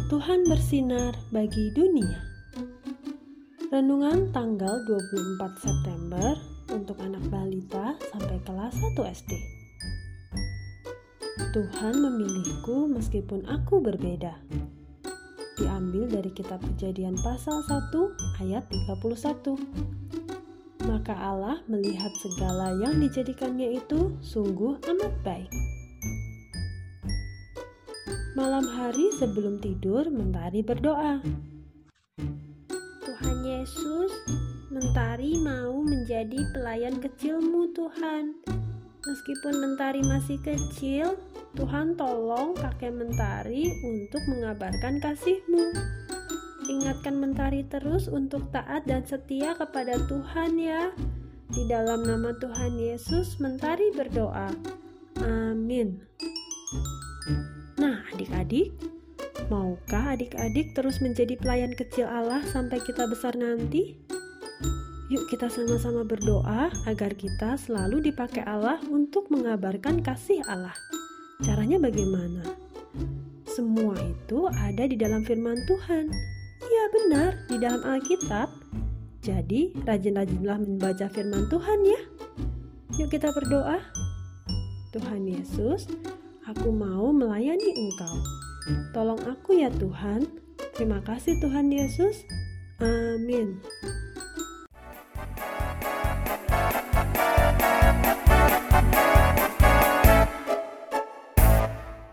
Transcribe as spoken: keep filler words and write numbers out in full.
Tuhan bersinar bagi dunia. Renungan tanggal dua puluh empat September untuk anak balita sampai kelas satu S D. Tuhan memilihku meskipun aku berbeda. Diambil dari kitab Kejadian pasal satu ayat tiga puluh satu. Maka Allah melihat segala yang dijadikannya itu sungguh amat baik. Malam hari sebelum tidur, Mentari berdoa. Tuhan Yesus, Mentari mau menjadi pelayan kecilmu Tuhan. Meskipun Mentari masih kecil, Tuhan tolong pakai Mentari untuk mengabarkan kasih-Mu. Ingatkan Mentari terus untuk taat dan setia kepada Tuhan ya. Di dalam nama Tuhan Yesus, Mentari berdoa. Amin. Nah, adik-adik, maukah adik-adik terus menjadi pelayan kecil Allah sampai kita besar nanti? Yuk kita sama-sama berdoa agar kita selalu dipakai Allah untuk mengabarkan kasih Allah. Caranya bagaimana? Semua itu ada di dalam firman Tuhan. Iya benar, di dalam Alkitab. Jadi rajin-rajinlah membaca firman Tuhan ya. Yuk kita berdoa. Tuhan Yesus, aku mau melayani Engkau. Tolong aku ya Tuhan. Terima kasih Tuhan Yesus. Amin.